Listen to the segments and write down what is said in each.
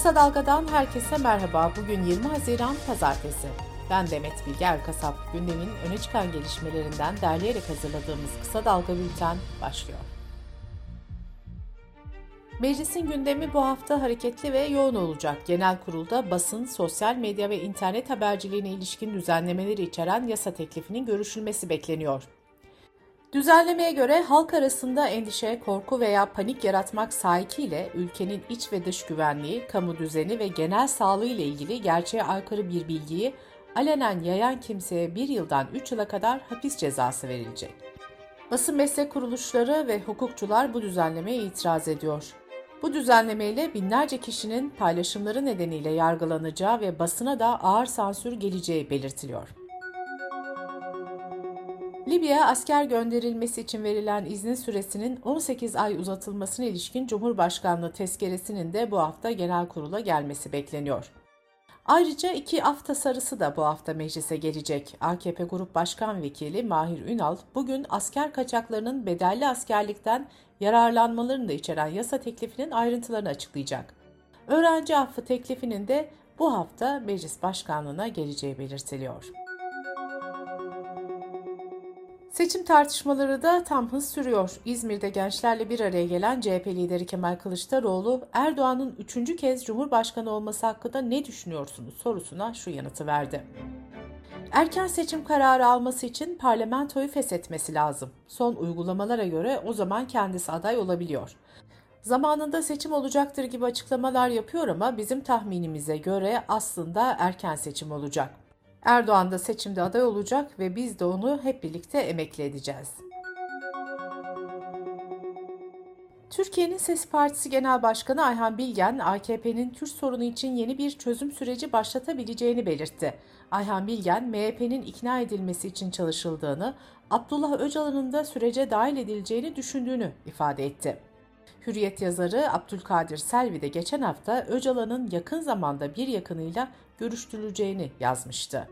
Kısa Dalga'dan herkese merhaba. Bugün 20 Haziran Pazartesi. Ben Demet Bilge Erkasap. Gündemin öne çıkan gelişmelerinden derleyerek hazırladığımız Kısa Dalga bülten başlıyor. Meclisin gündemi bu hafta hareketli ve yoğun olacak. Genel kurulda basın, sosyal medya ve internet haberciliğine ilişkin düzenlemeleri içeren yasa teklifinin görüşülmesi bekleniyor. Düzenlemeye göre halk arasında endişe, korku veya panik yaratmak sahikiyle ülkenin iç ve dış güvenliği, kamu düzeni ve genel sağlığı ile ilgili gerçeğe aykırı bir bilgiyi alenen yayan kimseye 1 yıldan 3 yıla kadar hapis cezası verilecek. Basın meslek kuruluşları ve hukukçular bu düzenlemeye itiraz ediyor. Bu düzenlemeyle binlerce kişinin paylaşımları nedeniyle yargılanacağı ve basına da ağır sansür geleceği belirtiliyor. Libya'ya asker gönderilmesi için verilen iznin süresinin 18 ay uzatılmasına ilişkin Cumhurbaşkanlığı tezkeresinin de bu hafta genel kurula gelmesi bekleniyor. Ayrıca 2 af tasarısı da bu hafta meclise gelecek. AKP Grup Başkan Vekili Mahir Ünal, bugün asker kaçaklarının bedelli askerlikten yararlanmalarını da içeren yasa teklifinin ayrıntılarını açıklayacak. Öğrenci affı teklifinin de bu hafta meclis başkanlığına geleceği belirtiliyor. Seçim tartışmaları da tam hız sürüyor. İzmir'de gençlerle bir araya gelen CHP lideri Kemal Kılıçdaroğlu, Erdoğan'ın 3. kez Cumhurbaşkanı olması hakkında ne düşünüyorsunuz sorusuna şu yanıtı verdi. Erken seçim kararı alması için parlamentoyu feshetmesi lazım. Son uygulamalara göre o zaman kendisi aday olabiliyor. Zamanında seçim olacaktır gibi açıklamalar yapıyor ama bizim tahminimize göre aslında erken seçim olacak. Erdoğan da seçimde aday olacak ve biz de onu hep birlikte emekli edeceğiz. Türkiye'nin Ses Partisi Genel Başkanı Ayhan Bilgen, AKP'nin Kürt sorunu için yeni bir çözüm süreci başlatabileceğini belirtti. Ayhan Bilgen, MHP'nin ikna edilmesi için çalışıldığını, Abdullah Öcalan'ın da sürece dahil edileceğini düşündüğünü ifade etti. Hürriyet yazarı Abdülkadir Selvi de geçen hafta Öcalan'ın yakın zamanda bir yakınıyla görüştürüleceğini yazmıştı.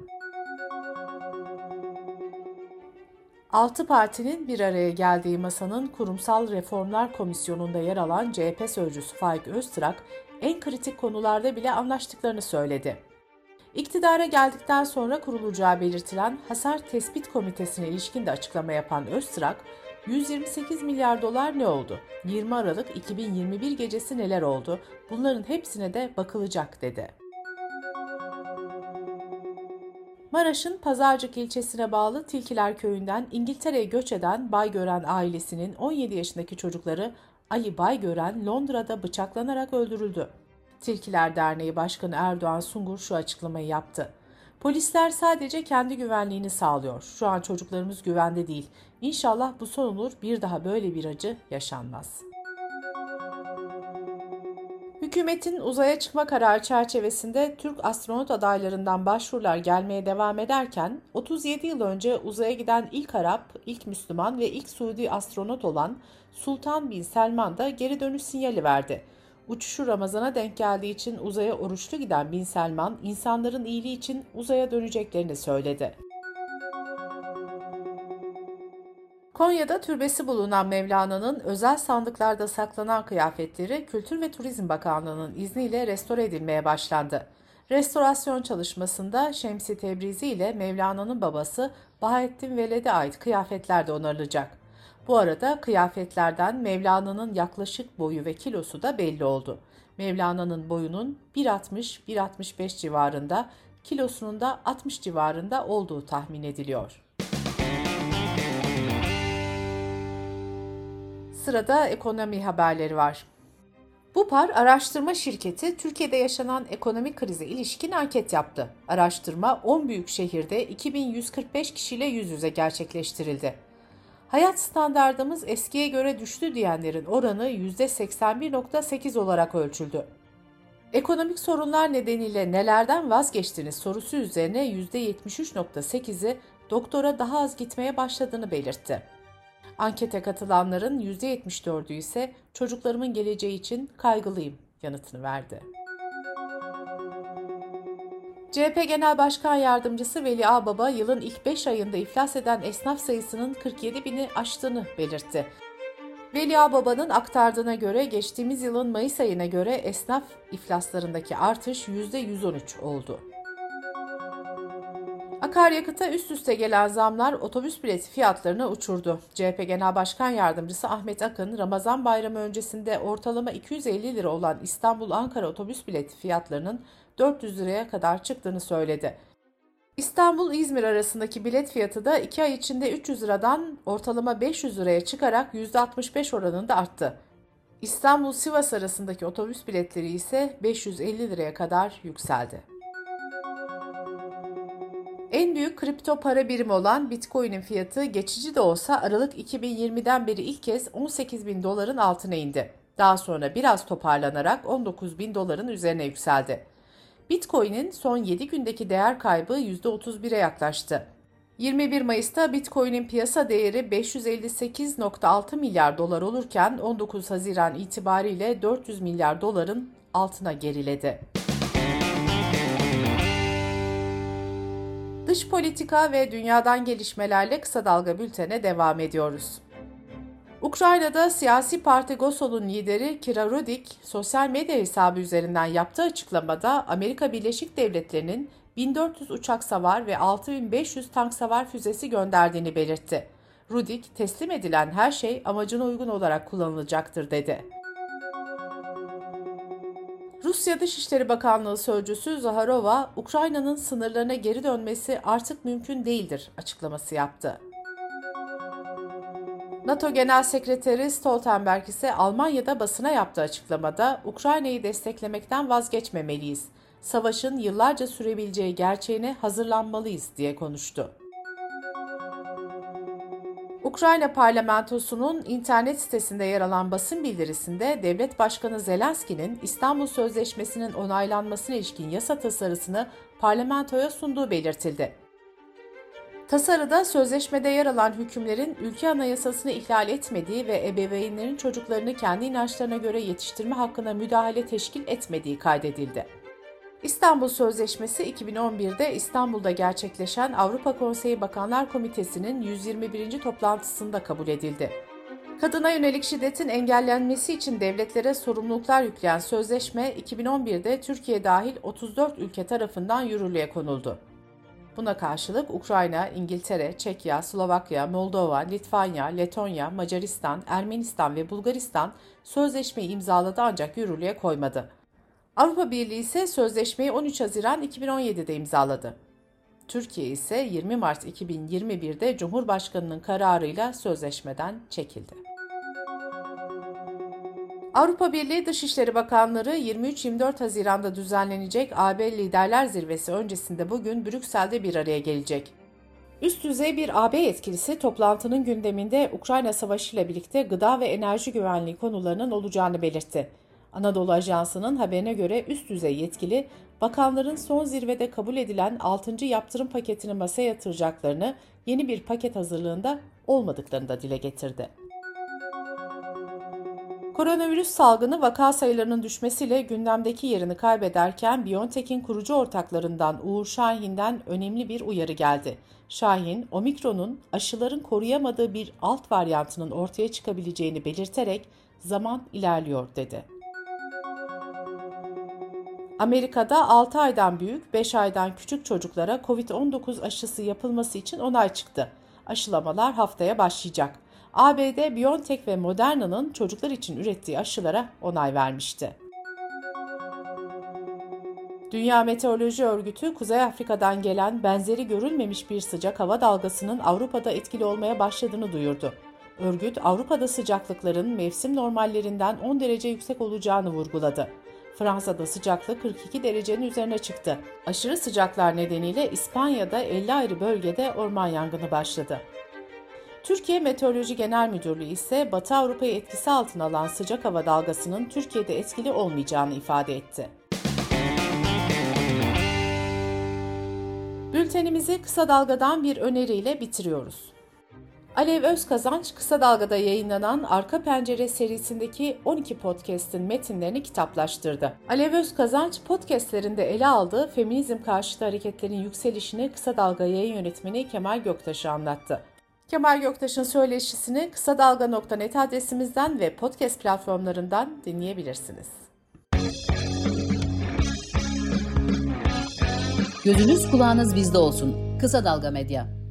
6 partinin bir araya geldiği masanın Kurumsal Reformlar Komisyonu'nda yer alan CHP sözcüsü Faik Öztrak, en kritik konularda bile anlaştıklarını söyledi. İktidara geldikten sonra kurulacağı belirtilen Hasar Tespit Komitesi'ne ilişkin de açıklama yapan Öztrak, 128 milyar dolar ne oldu? 20 Aralık 2021 gecesi neler oldu? Bunların hepsine de bakılacak dedi. Maraş'ın Pazarcık ilçesine bağlı Tilkiler Köyü'nden İngiltere'ye göç eden Baygören ailesinin 17 yaşındaki çocukları Ali Baygören Londra'da bıçaklanarak öldürüldü. Tilkiler Derneği Başkanı Erdoğan Sungur şu açıklamayı yaptı. Polisler sadece kendi güvenliğini sağlıyor. Şu an çocuklarımız güvende değil. İnşallah bu son olur, bir daha böyle bir acı yaşanmaz. Hükümetin uzaya çıkma kararı çerçevesinde Türk astronot adaylarından başvurular gelmeye devam ederken 37 yıl önce uzaya giden ilk Arap, ilk Müslüman ve ilk Suudi astronot olan Sultan Bin Selman da geri dönüş sinyali verdi. Uçuşu Ramazan'a denk geldiği için uzaya oruçlu giden Bin Selman, insanların iyiliği için uzaya döneceklerini söyledi. Konya'da türbesi bulunan Mevlana'nın özel sandıklarda saklanan kıyafetleri Kültür ve Turizm Bakanlığı'nın izniyle restore edilmeye başlandı. Restorasyon çalışmasında Şemsi Tebrizi ile Mevlana'nın babası Bahattin Veled'e ait kıyafetler de onarılacak. Bu arada kıyafetlerden Mevlana'nın yaklaşık boyu ve kilosu da belli oldu. Mevlana'nın boyunun 1.60-1.65 civarında, kilosunun da 60 civarında olduğu tahmin ediliyor. Sırada ekonomi haberleri var. BUPAR araştırma şirketi Türkiye'de yaşanan ekonomik krize ilişkin anket yaptı. Araştırma 10 büyük şehirde 2145 kişiyle yüz yüze gerçekleştirildi. Hayat standardımız eskiye göre düştü diyenlerin oranı %81.8 olarak ölçüldü. Ekonomik sorunlar nedeniyle nelerden vazgeçtiniz sorusu üzerine %73.8'i doktora daha az gitmeye başladığını belirtti. Ankete katılanların %74'ü ise çocuklarımın geleceği için kaygılıyım yanıtını verdi. CHP Genel Başkan Yardımcısı Veli Ağbaba yılın ilk 5 ayında iflas eden esnaf sayısının 47 bini aştığını belirtti. Veli Ağbaba'nın aktardığına göre geçtiğimiz yılın Mayıs ayına göre esnaf iflaslarındaki artış %113 oldu. Akaryakıta üst üste gelen zamlar otobüs bileti fiyatlarını uçurdu. CHP Genel Başkan Yardımcısı Ahmet Akın, Ramazan Bayramı öncesinde ortalama 250 lira olan İstanbul-Ankara otobüs bileti fiyatlarının 400 liraya kadar çıktığını söyledi. İstanbul-İzmir arasındaki bilet fiyatı da 2 ay içinde 300 liradan ortalama 500 liraya çıkarak %65 oranında arttı. İstanbul-Sivas arasındaki otobüs biletleri ise 550 liraya kadar yükseldi. En büyük kripto para birimi olan Bitcoin'in fiyatı geçici de olsa Aralık 2020'den beri ilk kez 18.000 doların altına indi. Daha sonra biraz toparlanarak 19.000 doların üzerine yükseldi. Bitcoin'in son 7 gündeki değer kaybı %31'e yaklaştı. 21 Mayıs'ta Bitcoin'in piyasa değeri 558,6 milyar dolar olurken 19 Haziran itibariyle 400 milyar doların altına geriledi. Dış politika ve dünyadan gelişmelerle kısa dalga bültene devam ediyoruz. Ukrayna'da siyasi parti GOSO'nun lideri Kira Rudik, sosyal medya hesabı üzerinden yaptığı açıklamada Amerika Birleşik Devletleri'nin 1400 uçak savar ve 6500 tank savar füzesi gönderdiğini belirtti. Rudik, teslim edilen her şey amacına uygun olarak kullanılacaktır dedi. Rusya Dışişleri Bakanlığı Sözcüsü Zaharova, Ukrayna'nın sınırlarına geri dönmesi artık mümkün değildir açıklaması yaptı. NATO Genel Sekreteri Stoltenberg ise Almanya'da basına yaptığı açıklamada Ukrayna'yı desteklemekten vazgeçmemeliyiz, savaşın yıllarca sürebileceği gerçeğine hazırlanmalıyız diye konuştu. Ukrayna parlamentosunun internet sitesinde yer alan basın bildirisinde Devlet Başkanı Zelenski'nin İstanbul Sözleşmesi'nin onaylanmasına ilişkin yasa tasarısını parlamentoya sunduğu belirtildi. Tasarıda sözleşmede yer alan hükümlerin ülke anayasasını ihlal etmediği ve ebeveynlerin çocuklarını kendi inançlarına göre yetiştirme hakkına müdahale teşkil etmediği kaydedildi. İstanbul Sözleşmesi 2011'de İstanbul'da gerçekleşen Avrupa Konseyi Bakanlar Komitesi'nin 121. toplantısında kabul edildi. Kadına yönelik şiddetin engellenmesi için devletlere sorumluluklar yükleyen sözleşme 2011'de Türkiye dahil 34 ülke tarafından yürürlüğe konuldu. Buna karşılık Ukrayna, İngiltere, Çekya, Slovakya, Moldova, Litvanya, Letonya, Macaristan, Ermenistan ve Bulgaristan sözleşmeyi imzaladı ancak yürürlüğe koymadı. Avrupa Birliği ise sözleşmeyi 13 Haziran 2017'de imzaladı. Türkiye ise 20 Mart 2021'de Cumhurbaşkanı'nın kararıyla sözleşmeden çekildi. Avrupa Birliği Dışişleri Bakanları 23-24 Haziran'da düzenlenecek AB Liderler Zirvesi öncesinde bugün Brüksel'de bir araya gelecek. Üst düzey bir AB yetkilisi toplantının gündeminde Ukrayna Savaşı ile birlikte gıda ve enerji güvenliği konularının olacağını belirtti. Anadolu Ajansı'nın haberine göre üst düzey yetkili, bakanların son zirvede kabul edilen 6. yaptırım paketini masaya yatıracaklarını, yeni bir paket hazırlığında olmadıklarını da dile getirdi. Koronavirüs salgını vaka sayılarının düşmesiyle gündemdeki yerini kaybederken BioNTech'in kurucu ortaklarından Uğur Şahin'den önemli bir uyarı geldi. Şahin, Omikron'un aşıların koruyamadığı bir alt varyantının ortaya çıkabileceğini belirterek zaman ilerliyor dedi. Amerika'da 6 aydan büyük, 5 aydan küçük çocuklara COVID-19 aşısı yapılması için onay çıktı. Aşılamalar haftaya başlayacak. ABD, BioNTech ve Moderna'nın çocuklar için ürettiği aşılara onay vermişti. Dünya Meteoroloji Örgütü, Kuzey Afrika'dan gelen benzeri görülmemiş bir sıcak hava dalgasının Avrupa'da etkili olmaya başladığını duyurdu. Örgüt, Avrupa'da sıcaklıkların mevsim normallerinden 10 derece yüksek olacağını vurguladı. Fransa'da sıcaklık 42 derecenin üzerine çıktı. Aşırı sıcaklar nedeniyle İspanya'da 50 ayrı bölgede orman yangını başladı. Türkiye Meteoroloji Genel Müdürlüğü ise Batı Avrupa'yı etkisi altına alan sıcak hava dalgasının Türkiye'de etkili olmayacağını ifade etti. Bültenimizi kısa dalgadan bir öneriyle bitiriyoruz. Alev Özkazanç, Kısa Dalga'da yayınlanan Arka Pencere serisindeki 12 podcast'in metinlerini kitaplaştırdı. Alev Özkazanç, podcast'lerinde ele aldığı feminizm karşıtı hareketlerin yükselişini Kısa Dalga yayın yönetmeni Kemal Göktaş'a anlattı. Kemal Göktaş'ın söyleşisini kısa dalga.net adresimizden ve podcast platformlarından dinleyebilirsiniz. Gözünüz kulağınız bizde olsun. Kısa Dalga Medya.